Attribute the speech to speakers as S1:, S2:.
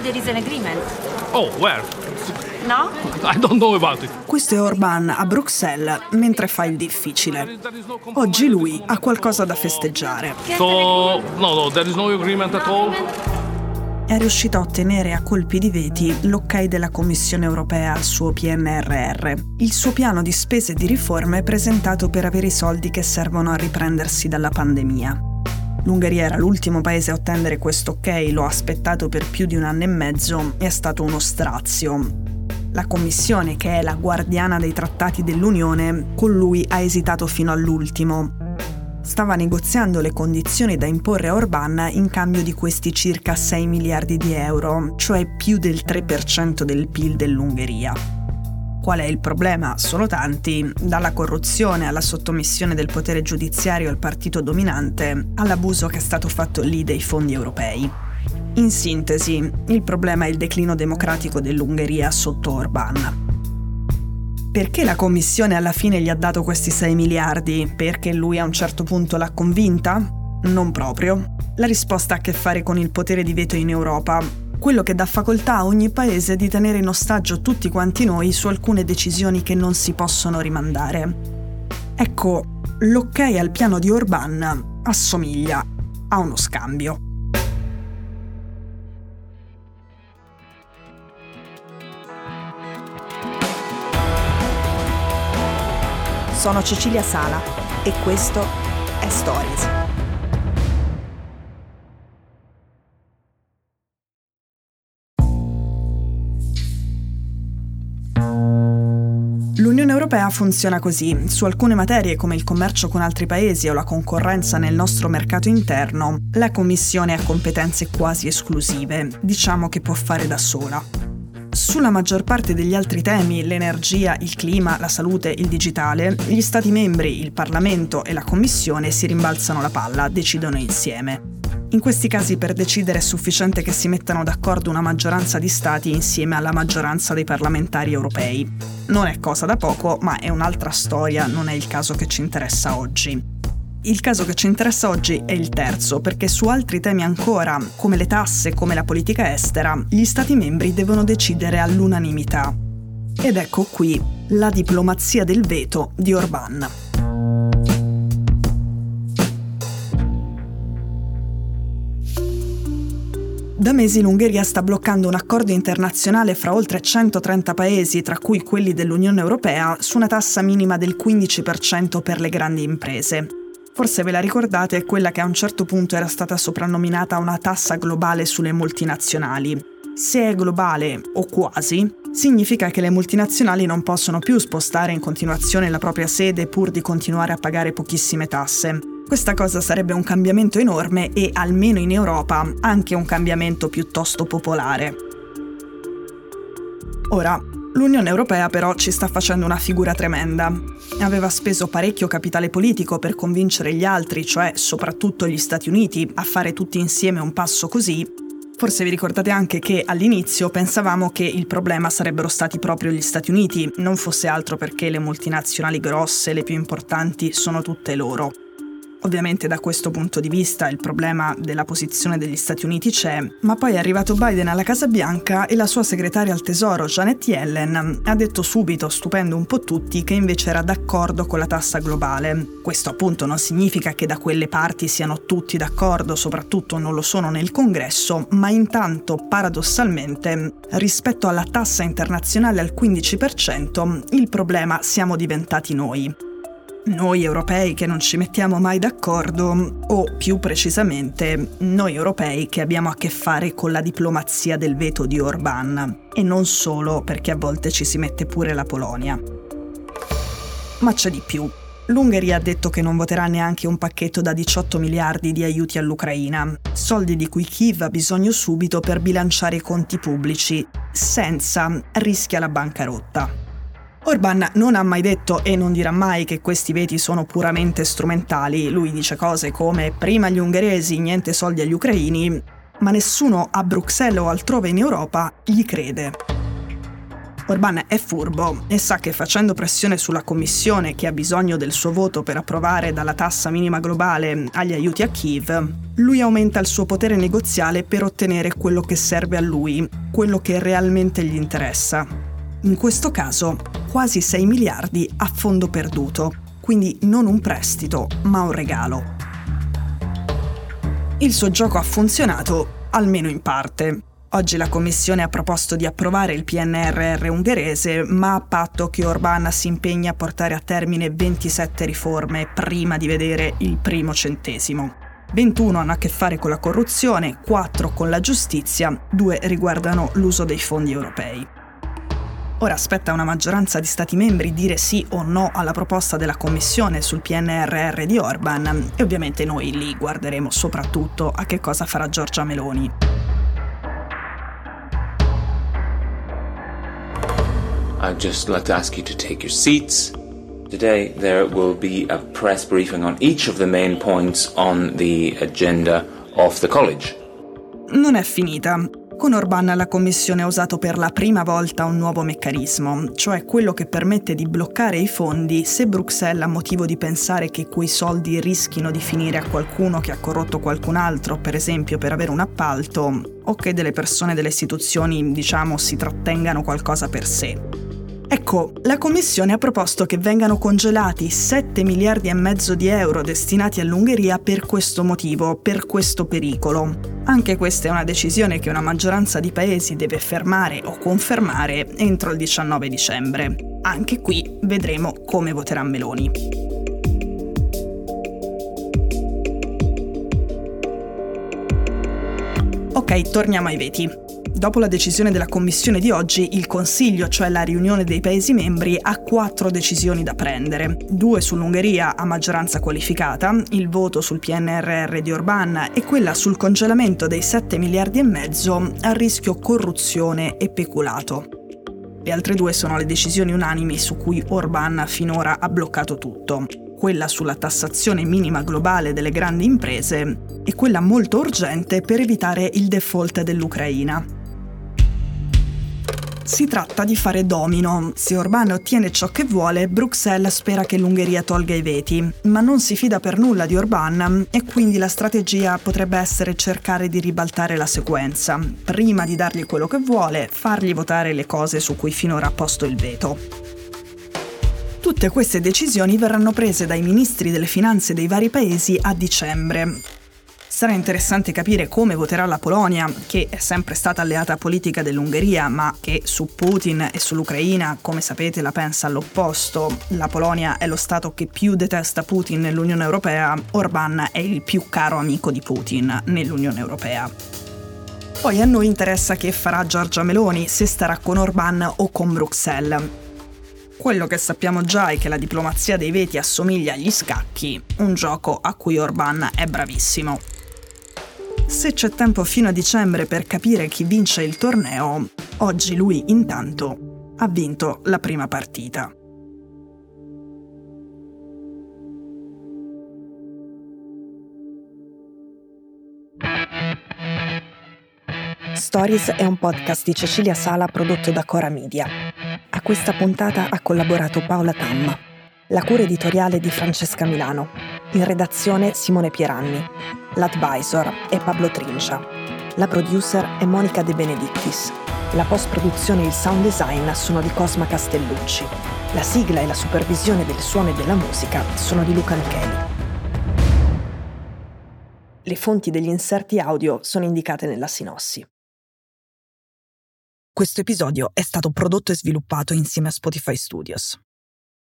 S1: there is an agreement.
S2: Oh, where?
S1: No?
S2: I don't know about it.
S3: Questo è Orbán a Bruxelles mentre fa il difficile. Oggi lui ha qualcosa da festeggiare.
S2: So, no, there is no agreement at all.
S3: È riuscito a ottenere a colpi di veti l'ok della Commissione europea al suo PNRR, il suo piano di spese e di riforme presentato per avere i soldi che servono a riprendersi dalla pandemia. L'Ungheria era l'ultimo paese a ottenere questo ok, lo ha aspettato per più di 1 anno e mezzo e è stato uno strazio. La Commissione, che è la guardiana dei trattati dell'Unione, con lui ha esitato fino all'ultimo. Stava negoziando le condizioni da imporre a Orbán in cambio di questi circa 6 miliardi di euro, cioè più del 3% del PIL dell'Ungheria. Qual è il problema? Sono tanti, dalla corruzione alla sottomissione del potere giudiziario al partito dominante, all'abuso che è stato fatto lì dei fondi europei. In sintesi, il problema è il declino democratico dell'Ungheria sotto Orbán. Perché la Commissione alla fine gli ha dato questi 6 miliardi? Perché lui a un certo punto l'ha convinta? Non proprio. La risposta ha a che fare con il potere di veto in Europa, quello che dà facoltà a ogni paese di tenere in ostaggio tutti quanti noi su alcune decisioni che non si possono rimandare. Ecco, l'ok al piano di Orbán assomiglia a uno scambio. Sono Cecilia Sala e questo è Stories. L'Unione Europea funziona così. Su alcune materie come il commercio con altri paesi o la concorrenza nel nostro mercato interno, la Commissione ha competenze quasi esclusive, diciamo che può fare da sola. Sulla maggior parte degli altri temi, l'energia, il clima, la salute, il digitale, gli Stati membri, il Parlamento e la Commissione si rimbalzano la palla, decidono insieme. In questi casi per decidere è sufficiente che si mettano d'accordo una maggioranza di Stati insieme alla maggioranza dei parlamentari europei. Non è cosa da poco, ma è un'altra storia, non è il caso che ci interessa oggi. Il caso che ci interessa oggi è il terzo, perché su altri temi ancora, come le tasse, come la politica estera, gli Stati membri devono decidere all'unanimità. Ed ecco qui la diplomazia del veto di Orbán. Da mesi l'Ungheria sta bloccando un accordo internazionale fra oltre 130 paesi, tra cui quelli dell'Unione Europea, su una tassa minima del 15% per le grandi imprese. Forse ve la ricordate, è quella che a un certo punto era stata soprannominata una tassa globale sulle multinazionali. Se è globale, o quasi, significa che le multinazionali non possono più spostare in continuazione la propria sede pur di continuare a pagare pochissime tasse. Questa cosa sarebbe un cambiamento enorme e, almeno in Europa, anche un cambiamento piuttosto popolare. Ora, l'Unione Europea però ci sta facendo una figura tremenda. Aveva speso parecchio capitale politico per convincere gli altri, cioè soprattutto gli Stati Uniti, a fare tutti insieme un passo così. Forse vi ricordate anche che all'inizio pensavamo che il problema sarebbero stati proprio gli Stati Uniti, non fosse altro perché le multinazionali grosse, le più importanti, sono tutte loro. Ovviamente da questo punto di vista il problema della posizione degli Stati Uniti c'è, ma poi è arrivato Biden alla Casa Bianca e la sua segretaria al Tesoro, Janet Yellen, ha detto subito, stupendo un po' tutti, che invece era d'accordo con la tassa globale. Questo appunto non significa che da quelle parti siano tutti d'accordo, soprattutto non lo sono nel Congresso, ma intanto, paradossalmente, rispetto alla tassa internazionale al 15%, il problema siamo diventati noi. Noi europei che non ci mettiamo mai d'accordo, o più precisamente, noi europei che abbiamo a che fare con la diplomazia del veto di Orbán, e non solo perché a volte ci si mette pure la Polonia. Ma c'è di più. L'Ungheria ha detto che non voterà neanche un pacchetto da 18 miliardi di aiuti all'Ucraina, soldi di cui Kiev ha bisogno subito per bilanciare i conti pubblici, senza rischia la bancarotta. Orbán non ha mai detto e non dirà mai che questi veti sono puramente strumentali. Lui dice cose come prima gli ungheresi, niente soldi agli ucraini, ma nessuno a Bruxelles o altrove in Europa gli crede. Orbán è furbo e sa che facendo pressione sulla Commissione, che ha bisogno del suo voto per approvare dalla tassa minima globale agli aiuti a Kiev, lui aumenta il suo potere negoziale per ottenere quello che serve a lui, quello che realmente gli interessa. In questo caso, quasi 6 miliardi a fondo perduto, quindi non un prestito, ma un regalo. Il suo gioco ha funzionato, almeno in parte. Oggi la Commissione ha proposto di approvare il PNRR ungherese, ma a patto che Orbán si impegni a portare a termine 27 riforme prima di vedere il primo centesimo. 21 hanno a che fare con la corruzione, 4 con la giustizia, 2 riguardano l'uso dei fondi europei. Ora aspetta una maggioranza di Stati membri dire sì o no alla proposta della Commissione sul PNRR di Orbán e ovviamente noi lì guarderemo soprattutto a che cosa farà Giorgia Meloni.
S1: I'd just like to ask you to take your seats. Today there will be a press briefing on each of the main points on the agenda of the college. Non
S3: è finita. Con Orbán la Commissione ha usato per la prima volta un nuovo meccanismo, cioè quello che permette di bloccare i fondi se Bruxelles ha motivo di pensare che quei soldi rischino di finire a qualcuno che ha corrotto qualcun altro, per esempio per avere un appalto, o che delle persone delle istituzioni, si trattengano qualcosa per sé. Ecco, la Commissione ha proposto che vengano congelati 7 miliardi e mezzo di euro destinati all'Ungheria per questo motivo, per questo pericolo. Anche questa è una decisione che una maggioranza di paesi deve fermare o confermare entro il 19 dicembre. Anche qui vedremo come voterà Meloni. Ok, torniamo ai veti. Dopo la decisione della Commissione di oggi, il Consiglio, cioè la riunione dei Paesi membri, ha 4 decisioni da prendere. 2 sull'Ungheria a maggioranza qualificata, il voto sul PNRR di Orbán e quella sul congelamento dei 7 miliardi e mezzo a rischio corruzione e peculato. Le altre 2 sono le decisioni unanimi su cui Orbán finora ha bloccato tutto. Quella sulla tassazione minima globale delle grandi imprese e quella molto urgente per evitare il default dell'Ucraina. Si tratta di fare domino. Se Orbán ottiene ciò che vuole, Bruxelles spera che l'Ungheria tolga i veti, ma non si fida per nulla di Orbán e quindi la strategia potrebbe essere cercare di ribaltare la sequenza. Prima di dargli quello che vuole, fargli votare le cose su cui finora ha posto il veto. Tutte queste decisioni verranno prese dai ministri delle finanze dei vari paesi a dicembre. Sarà interessante capire come voterà la Polonia, che è sempre stata alleata politica dell'Ungheria, ma che su Putin e sull'Ucraina, come sapete, la pensa all'opposto. La Polonia è lo stato che più detesta Putin nell'Unione Europea, Orbán è il più caro amico di Putin nell'Unione Europea. Poi a noi interessa che farà Giorgia Meloni, se starà con Orbán o con Bruxelles. Quello che sappiamo già è che la diplomazia dei veti assomiglia agli scacchi, un gioco a cui Orbán è bravissimo. Se c'è tempo fino a dicembre per capire chi vince il torneo, oggi lui intanto ha vinto la prima partita.
S4: Stories è un podcast di Cecilia Sala prodotto da Cora Media. A questa puntata ha collaborato Paola Tamma. La cura editoriale di Francesca Milano. In redazione Simone Pieranni. L'advisor è Pablo Trincia. La producer è Monica De Benedictis. La post-produzione e il sound design sono di Cosma Castellucci. La sigla e la supervisione del suono e della musica sono di Luca Micheli. Le fonti degli inserti audio sono indicate nella sinossi. Questo episodio è stato prodotto e sviluppato insieme a Spotify Studios.